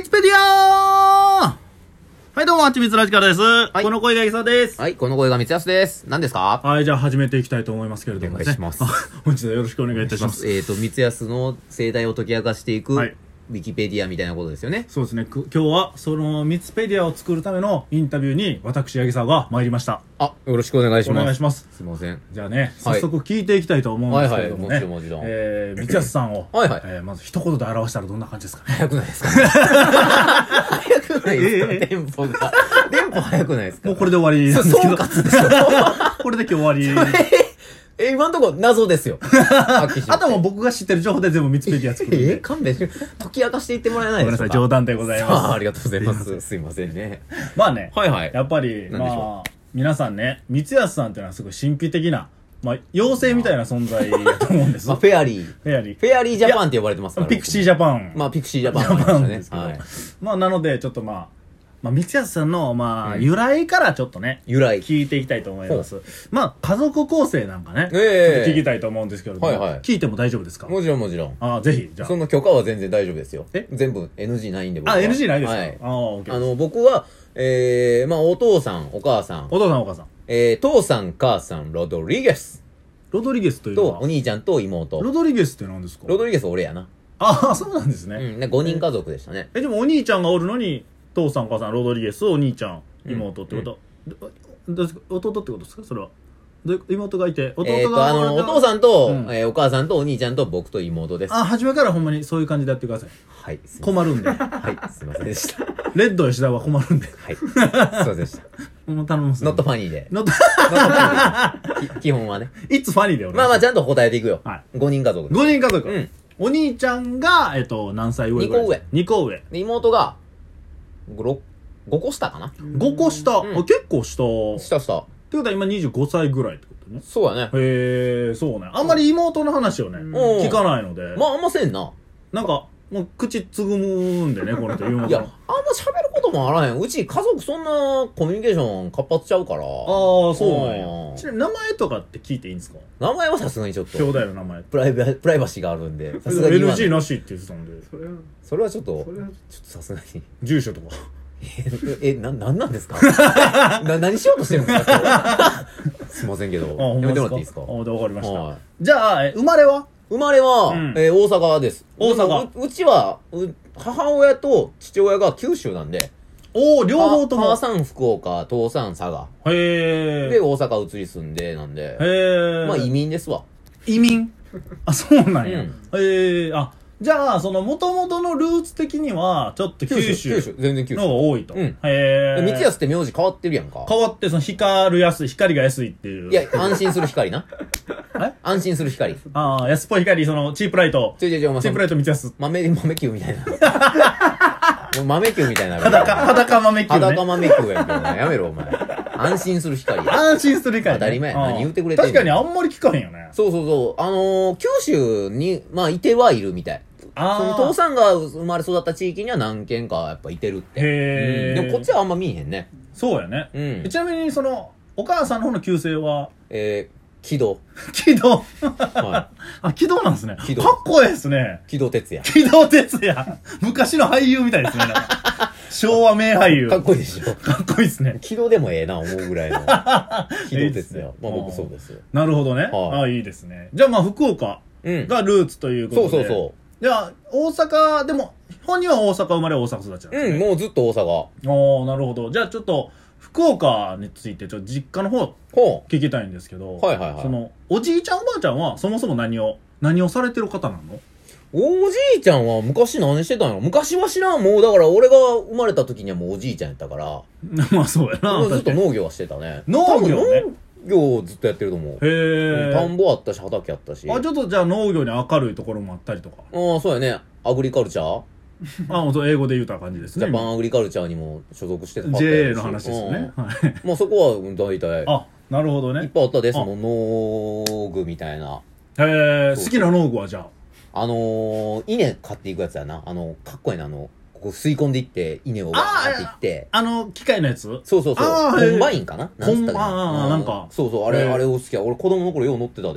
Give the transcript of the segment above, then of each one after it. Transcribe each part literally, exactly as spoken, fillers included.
ツペディアはいどうも、はちみつラジカルです。 はい、 この声がいさです。 はい、この声が三安です。何ですか？ はい、じゃあ始めていきたいと思いますけれどもね。 お願いします。 本日はよろしくお願いいたします。 えっ、ー、と、三安の生態を解き明かしていく、はい、ウィキペディアみたいなことですよね。 そうですね。今日はそのミツペディアを作るためのインタビューに私八木沢が参りました。 あ、よろしくお願いします。 お願いします。 すいません。 じゃあね、早速聞いていきたいと思うんですけれどもね。 はいはい、もちろんもちろん。 えー、三安さんを、 はいはい、 えー、まず一言で表したらどんな感じですかね。 早くないですか？早くないですか？えー、テンポが。テンポ早くないですか？ もうこれで終わりなんですけど。 総括ですよ。 これで今日終わり。 え、今んとこ謎ですよ。 あとも僕が知ってる情報で全部ミツペディア作るんで。 え、勘弁して、解き明かしていってもらえないですか？ ごめんなさい、冗談でございます。 あ, ありがとうございます。すいませんね。 まあね、 はいはい。 やっぱり、まあ、皆さんね、三安さんっていうのはすごい神秘的な、まあ、妖精みたいな存在だと思うんです。 まあ、フェアリー。 フェアリー。 フェアリージャパンって呼ばれてますから。 ピクシージャパン。 まあ、ピクシージャパン。ジャパンですけど。はい。 まあ、なので、ちょっとまあ、まあ、三安さんの、まあ、由来からちょっとね、 由来。 聞いていきたいと思います。まあ、家族構成なんかね、 ええ聞きたいと思うんですけれども、はいはい、聞いても大丈夫ですか？ もちろんもちろん。 ああ、ぜひ、じゃあ。 その許可は全然大丈夫ですよ。 え全部 エヌジー ないんで僕は。あ、エヌジー ないですか？ はい。 ああ、オッケー。 あの、僕は、えー、まあ、お父さん、お母さん。 お父さん、お母さん。 えー、父さん、母さん、ロドリゲス。 ロドリゲスというのはと、お兄ちゃんと妹。 ロドリゲスって何ですか？ ロドリゲス俺やな。 ああ、そうなんですね。 うん、ごにん家族でしたね。 え、でもお兄ちゃんがおるのに、父さん、母さん、ロドリゲス、お兄ちゃん、妹ってこと、うんうん、弟ってことですか？それは。で、妹がいて、 弟が。えーと、あの、お父さんと、うん、えー、お母さんとお兄ちゃんと僕と妹です。 あ、初めからほんまにそういう感じでやってください。 はい。 困るんで。 はい、すいませんでした。 レッド吉田は困るんで。 はい。そうでした。 もう頼むっす。 ノットファニーで。 ノットファニーで。基本はね。 いつファニーで俺。 まあまあちゃんと答えていくよ。 はい。 ごにん家族。 ごにん家族。 うん。 お兄ちゃんが、えっと、何歳上？ にこ上。 にこ上。 で、妹が、ごこ下かな？ ご 個下。うん、結構下。 下下。 ってことは今にじゅうごさいぐらいってことね。 そうやね。 へえ、そうね。あんまり妹の話をね、うん、聞かないので。 まああんませんな。 なんか、もう口つぐむんでね、この人妹。 いや、あんま喋ることもあらへん。うち家族そんなコミュニケーション活発ちゃうから。ああ、 そうなんや。ちなみに名前とかって聞いていいんですか？ 名前はさすがにちょっと。 兄弟の名前。 プライバ、プライバシーがあるんで。さすがに。 エヌジー なしって言ってたんで。 それは、それはちょっと、ちょっとさすがに。 住所とか。 え、な、なんなんですか？な、何しようとしてるんですか？すいませんけど。やめてもらっていいですか？ あ、で、わかりました。じゃあ、生まれは？ 生まれは、え、大阪です。 大阪。 うちは、母親と父親が九州なんで。 おー、両方とも。 母さん福岡、父さん佐賀。 へー。 で、大阪移り住んで、なんで。 へー。 まあ移民ですわ。 移民？あ、そうなんや。へー。あ、じゃあ、その元々のルーツ的には、ちょっと九州。 九州。全然九州。 の方が多いと。 うん。 へー。 三安って名字変わってるやんか。 変わって、その光る安い、光が安いっていう。 いや、安心する光な。 え安心する光。 ああ、安っぽい光、その、チープライト。 ちょいちょいちょい、 チープライト三安。 豆、豆球みたいな。もう豆球みたいな。 裸、裸豆球、ね。 裸豆球やけどね。やめろ、お前。安心する光。 安心する光、ね。 当たり前や。何言ってくれてんの？ 確かにあんまり聞かへんよね。 そうそうそう。あのー、九州に、まあ、いてはいるみたい。あその父さんが生まれ育った地域には何軒かやっぱいてるって。 へー。 うん、でもこっちはあんま見えへんね。 そうやね。うん。ちなみに、その、お母さんの方の旧姓はえー、木戸。 木戸はい。あ、木戸なんですね。 木戸。 かっこいいですね。 木戸哲也。 木戸哲也。昔の俳優みたいですね。昭和名俳優。 かっこいいでしょ。 かっこいいですね。 木戸でもええな、思うぐらいの。木戸哲也。まあ僕そうですよ。 なるほどね。ああ、いいですね。じゃあまあ福岡がルーツということで。 そうそうそう。 じゃあ、大阪、でも、本人は大阪生まれ大阪育ちなんですね。 うん、もうずっと大阪。 おー、なるほど。じゃあちょっと、福岡について、ちょっと実家の方、聞きたいんですけど、 はいはいはい。 その、おじいちゃんおばあちゃんは、そもそも何を、何をされてる方なの？ おじいちゃんは昔何してたんやろ？昔は知らん。もうだから俺が生まれた時にはもうおじいちゃんやったから。 まあそうやな。 ずっと農業はしてたね。 農業ね。 農業をずっとやってると思う。へー。 田んぼあったし、畑あったし。 あ、ちょっとじゃあ農業に明るいところもあったりとか。 ああ、そうやね。アグリカルチャーああ、英語で言うた感じですね。 ジャパンアグリカルチャーにも所属してた。 ジェーエー の話ですね。 はい。まあそこは大体。 あ、なるほどね。 いっぱいあったですもん、農具みたいな。 へえ、好きな農具はじゃあ。あのー、稲買っていくやつやな。あの、かっこいいな、あの、ここ吸い込んでいって、稲をわーっていって。 あの、機械のやつ？ そうそうそう。コンバインかな？ コンバイン、なんか。 そうそう、あれ、あれを好きや。俺子供の頃よう乗ってたで。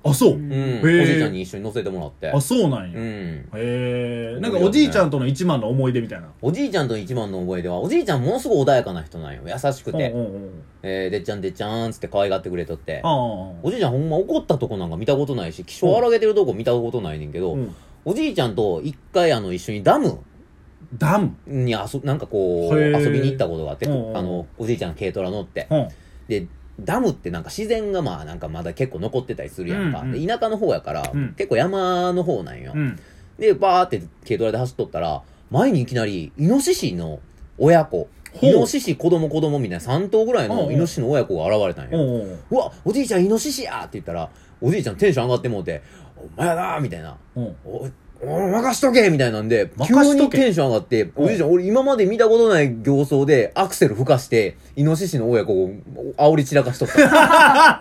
あ、そう。 うん。 へーおじいちゃんに一緒に乗せてもらって。 あ、そうなんや。 うん。 へえ。なんかおじいちゃんとの一番の思い出みたいな。 おじいちゃんと一番の思い出は、おじいちゃんものすごい穏やかな人なんよ。優しくて。 うんうんうん。 えー、でっちゃんでっちゃーんつって可愛がってくれとって。 ああ。 おじいちゃんほんま怒ったとこなんか見たことないし、気性荒げてるとこ見たことないねんけど、 うん、 おじいちゃんと一回あの一緒にダムダムに遊、なんかこう、 へー遊びに行ったことがあって、 うんうん、 あの、おじいちゃんの軽トラ乗って。 うん。 で、ダムってなんか自然がまあなんかまだ結構残ってたりするやんか。 うんうん、 で田舎の方やから、 うん、 結構山の方なんよ。 うん、 で、バーって軽トラで走っとったら、前にいきなり、イノシシの親子、イノシシ子供子供みたいなさん頭ぐらいのイノシシの親子が現れたんよ。 おううわ、おじいちゃんイノシシやって言ったら、おじいちゃんテンション上がってもうて、お前やなーみたいな。おお任しとけみたいなんで、急にテンション上がって、おじいちゃん、俺今まで見たことない形相でアクセル吹かして、イノシシの親子を煽り散らかしとった。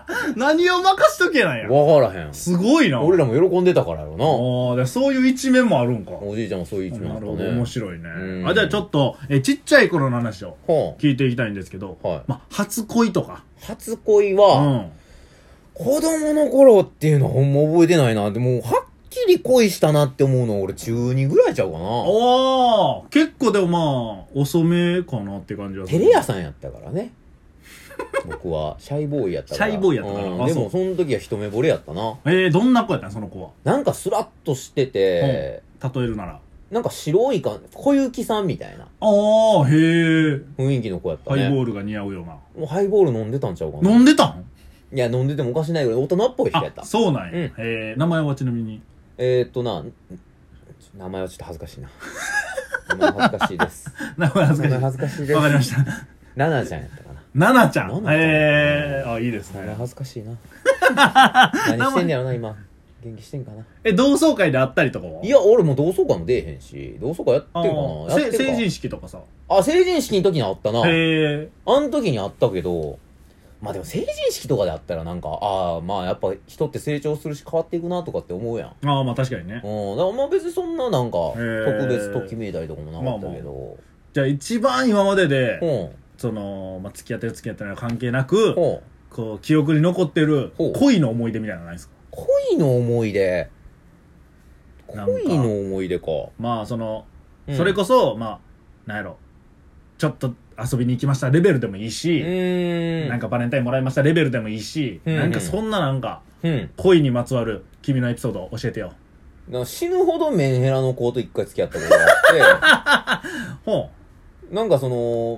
何を任しとけなんや。 わからへん。 すごいな。 俺らも喜んでたからやろな。 ああ、でそういう一面もあるんか。 おじいちゃんもそういう一面あったね。 なるほど、面白いね。 うん、 あ、じゃあちょっと、え、ちっちゃい頃の話をはあ、 聞いていきたいんですけど、 はい。 まあ、初恋とか。 初恋は、 うん、 子供の頃っていうのはほんま覚えてないな。でも、はっきり恋したなって思うのは俺中にぐらいちゃうかな。 ああ、結構でもまあ、遅めかなって感じはする。 テレ屋さんやったからね。僕は、シャイボーイやったから。 シャイボーイやったから。 うん、でも、その時は一目惚れやったな。 えー、どんな子やったんその子は。 なんかスラッとしてて、 うん、例えるなら。 なんか白いか、小雪さんみたいな。 ああ、へえ。 雰囲気の子やったね。 ハイボールが似合うような。 もうハイボール飲んでたんちゃうかな。 飲んでたんいや、飲んでてもおかしないぐらい大人っぽい人やった。 そうなんや。 うん、 えー、名前はちなみに。 えーっとな、名前はちょっと恥ずかしいな。名前恥ずかしいです。 名前恥ずかしい。 名前恥ずかしいです。 わかりました。 ナナちゃんやったかな。 ナナちゃん。 ナナちゃんえー、あ、いいですね。 名前恥ずかしいな。何してんねやろな、今。元気してんかな。 え、同窓会で会ったりとかはいや、俺も同窓会も出えへんし、同窓会やってるかな。やってるか成人式とかさ。 あ、成人式の時に会ったな。 へえ。 あの時に会ったけど、まあでも成人式とかであったらなんか、ああ、まあやっぱ人って成長するし変わっていくなとかって思うやん。 ああ、まあ確かにね。 うん。だからまあ別にそんななんか、 ー特別ときめいたりとかもなかったけど。まあまあ、 じゃあ一番今までで、 うん、その、まあ付き合ってる付き合ってない関係なく、 うん、 こう、記憶に残ってる恋の思い出みたいなのないですか？ 恋の思い出。恋の思い出か。 まあその、うん、それこそ、まあ、なんやろ。ちょっと遊びに行きましたレベルでもいいし、 うんなんかバレンタインもらいましたレベルでもいいし、うんうん、なんかそんななんか、うん、恋にまつわる君のエピソードを教えてよ。 死ぬほどメンヘラの子と一回付き合ったことがあって、 ほう。なんかその、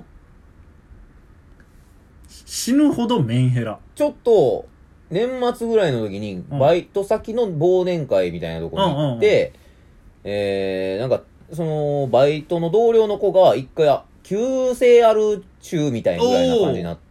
死ぬほどメンヘラ。 ちょっと、年末ぐらいの時に、バイト先の忘年会みたいなところに行って、うんうんうん、えー、なんか、その、バイトの同僚の子が一回、急性ある中みたいなぐらいな感じになって、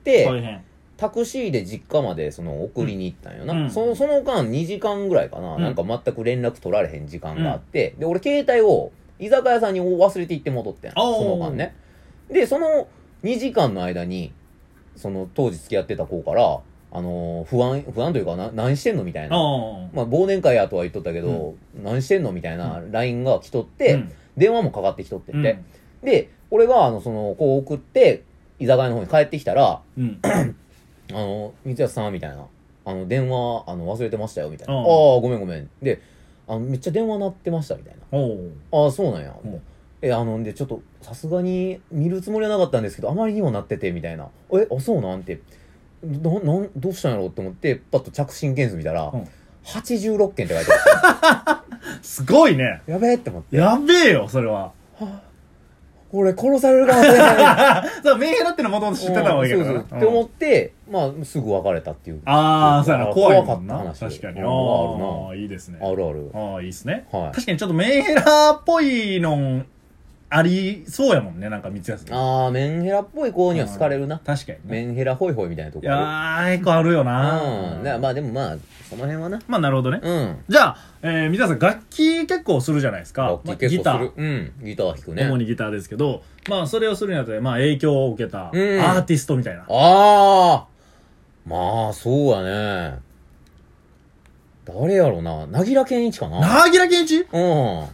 タクシーで実家までその送りに行ったんよな。うん、その、その間にじかんぐらいかな、うん、なんか全く連絡取られへん時間があって、うん、で、俺携帯を居酒屋さんに忘れて行って戻ってん。その間ね。で、そのにじかんの間に、その当時付き合ってた子から、あのー、不安、不安というかな、何してんのみたいな。まあ、忘年会やとは言っとったけど、うん、何してんのみたいな ライン が来とって、うん、電話もかかってきとってて。うん、で、俺が、あの、その、こう送って、居酒屋の方に帰ってきたら、うん、あの、三安さんみたいな、あの、電話、あの、忘れてましたよ、みたいな。ああ、ごめんごめん。で、あの、めっちゃ電話鳴ってました、みたいな。ああ、そうなんや。うん、え、あの、で、ちょっと、さすがに見るつもりはなかったんですけど、あまりにも鳴ってて、みたいな。え、あ、そうなんて。な、なん、どうしたんやろうって思って、パッと着信件数見たら、うん、はちじゅうろっけんって書いてある。 すごいね。 やべえって思って。 やべえよ、それは。は俺殺されるかもしれない。 そう、メンヘラってのもともと知ってたわけだから。そうそう。 って思って、まあ、すぐ別れたっていう。 ああ、そうやな、怖いもんな。 怖かった話。 確かに。ああ、 あ、いいですね。 あるある。 ああ、いいですね。 はい。 確かにちょっとメンヘラっぽいの、ありそうやもんね、なんか三つやつ。 ああ、メンヘラっぽい子には好かれるな。 確かに。 メンヘラホイホイみたいなとこある。いやー、結構あるよな。 うん。だからまあでもまあ、その辺はな。 まあなるほどね。 うん。 じゃあ、えー、三つやさん、楽器結構するじゃないですか。 楽器結構する。うん。ギター弾くね。 主にギターですけど、まあそれをするにあたって、まあ影響を受けたアーティストみたいな。ああまあ、そうやね。誰やろな。なぎら健一かな。 なぎら健一？ うん。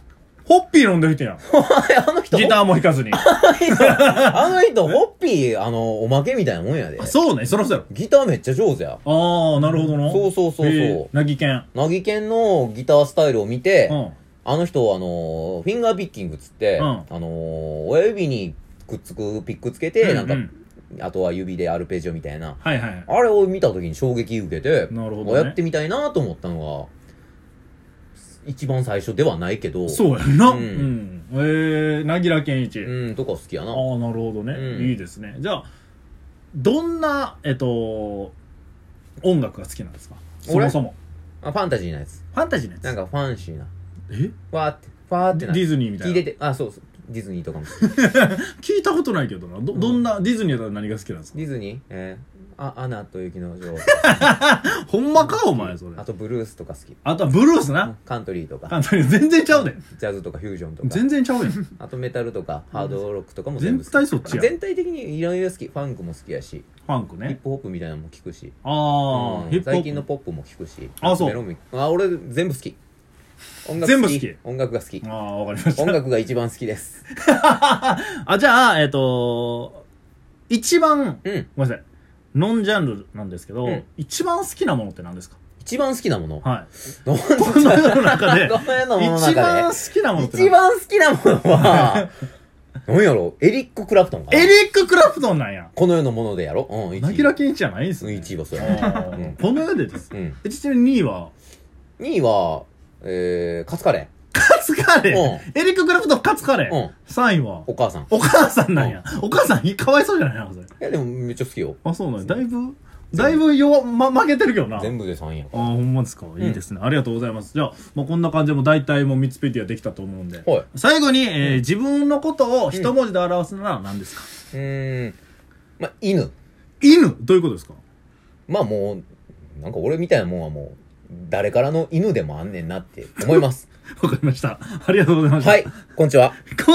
ホッピー飲んでる人やん。 あの人、 ギターも弾かずに。 あの人、ホッピー、あの、おまけみたいなもんやで。 あ、そうね、そろそろ。 ギターめっちゃ上手や。 ああ、なるほどな。 そうそうそうそうへーなぎけん。 なぎけんのギタースタイルを見て、 うん。 あの人、あの、フィンガーピッキングっつって、 うんあの、親指にくっつくピックつけて、なんか、 うんうんあとは指でアルペジオみたいな。 はいはい。 あれを見た時に衝撃受けて、 なるほどねやってみたいなと思ったのが、一番最初ではないけど、 そうやんな。 ううんん。えー、なぎらけんいち。 うん、とか好きやな。 ああ、なるほどね、 うんいいですね。じゃあ、どんな、えっと、音楽が好きなんですかそもそも。 あファンタジーなやつ。 ファンタジーのやつ。 なんかファンシーな。 えファーって、ファーってな。 ディズニーみたいな。 聞いてて、あ、そうそう。ディズニーとかも。 聞いたことないけどな。ど、どんな、ディズニーだったら何が好きなんですかディズニーえー、あ、アナと雪の女王。 ほんまかお前、それ。 あとブルースとか好き。 あとはブルースな。 カントリーとか。 簡単に全然ちゃうで。 ジャズとかフュージョンとか。 全然ちゃうで。フあとメタルとかハードロックとかも全部好き。 全体そっちや全体的にいろいろ好き。ファンクも好きやし、ヒッァンクね。 プホップみたいなのも聞くし。 ああ、 うんヒップホップ。 最近のポップも聞くし。 あそうメロンもあ、俺全部好き。音楽全部好き音楽が好き。 ああ、わかりました。 音楽が一番好きです。 あ、じゃあ、えっと、一番、 うん。 ごめんなさい。ノンジャンルなんですけど、 うん一番好きなものって何ですか一番好きなもの。 はい。 どんこの世の中で、 どの世のものの一番中好きなものっで。 て何一番好きなものは、何やろエリック・クラプトンかなエリック・クラプトンなんや。 この世のものでやろうん、 なぎらけんいちじゃないんですうんね。 一位はそうや。 あーうんこの世でです。 うん。 えちなみににいは、 にいは、えー、カツカレカツカレー。エリック・クラプトンカツカレー。うー。 ん。 さんいは、 お母さん。いお母さんなんや。お母さんかわいそうじゃないのそれ。 や、でもめっちゃ好きよ。 あ、そうなんや。だいぶ、だいぶ弱、ま、負けてるけどな。 全部でさんやかああ、ほんまですか。いいですね。ありがとうございます。じゃあ、もうこんな感じでもう大体もうみっつペディアできたと思うんで。 ら。はい。 最後に、えー自分のことを一文字で表すなら何ですか、 うーん。ま、犬。 犬どういうことですかまあもう、なんか俺みたいなもんはもう、誰からの犬でもあんねんなって思います。 わかりました。ありがとうございました。 はい。こんにちは。